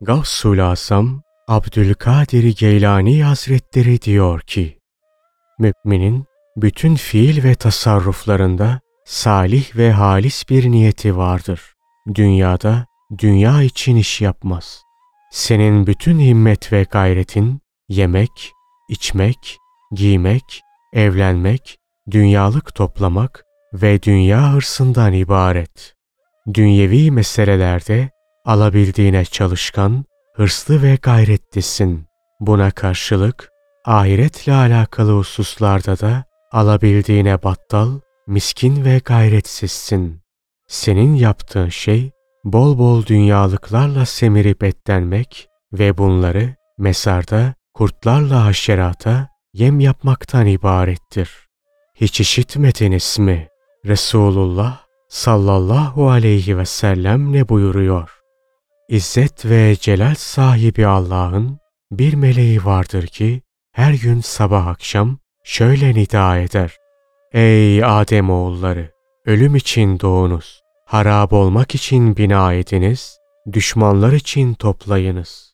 Gavsul Azam Abdülkadir Geylani Hazretleri diyor ki, müminin bütün fiil ve tasarruflarında salih ve halis bir niyeti vardır. Dünyada dünya için iş yapmaz. Senin bütün himmet ve gayretin yemek, içmek, giymek, evlenmek, dünyalık toplamak ve dünya hırsından ibaret. Dünyevi meselelerde alabildiğine çalışkan, hırslı ve gayretlisin. Buna karşılık ahiretle alakalı hususlarda da alabildiğine battal, miskin ve gayretsizsin. Senin yaptığın şey bol bol dünyalıklarla semirip etlenmek ve bunları mezarda kurtlarla haşerata yem yapmaktan ibarettir. Hiç işitmediniz mi? Resulullah sallallahu aleyhi ve sellem ne buyuruyor? İzzet ve celal sahibi Allah'ın bir meleği vardır ki her gün sabah akşam şöyle nida eder: Ey Ademoğulları! Ölüm için doğunuz, harap olmak için bina ediniz, düşmanlar için toplayınız.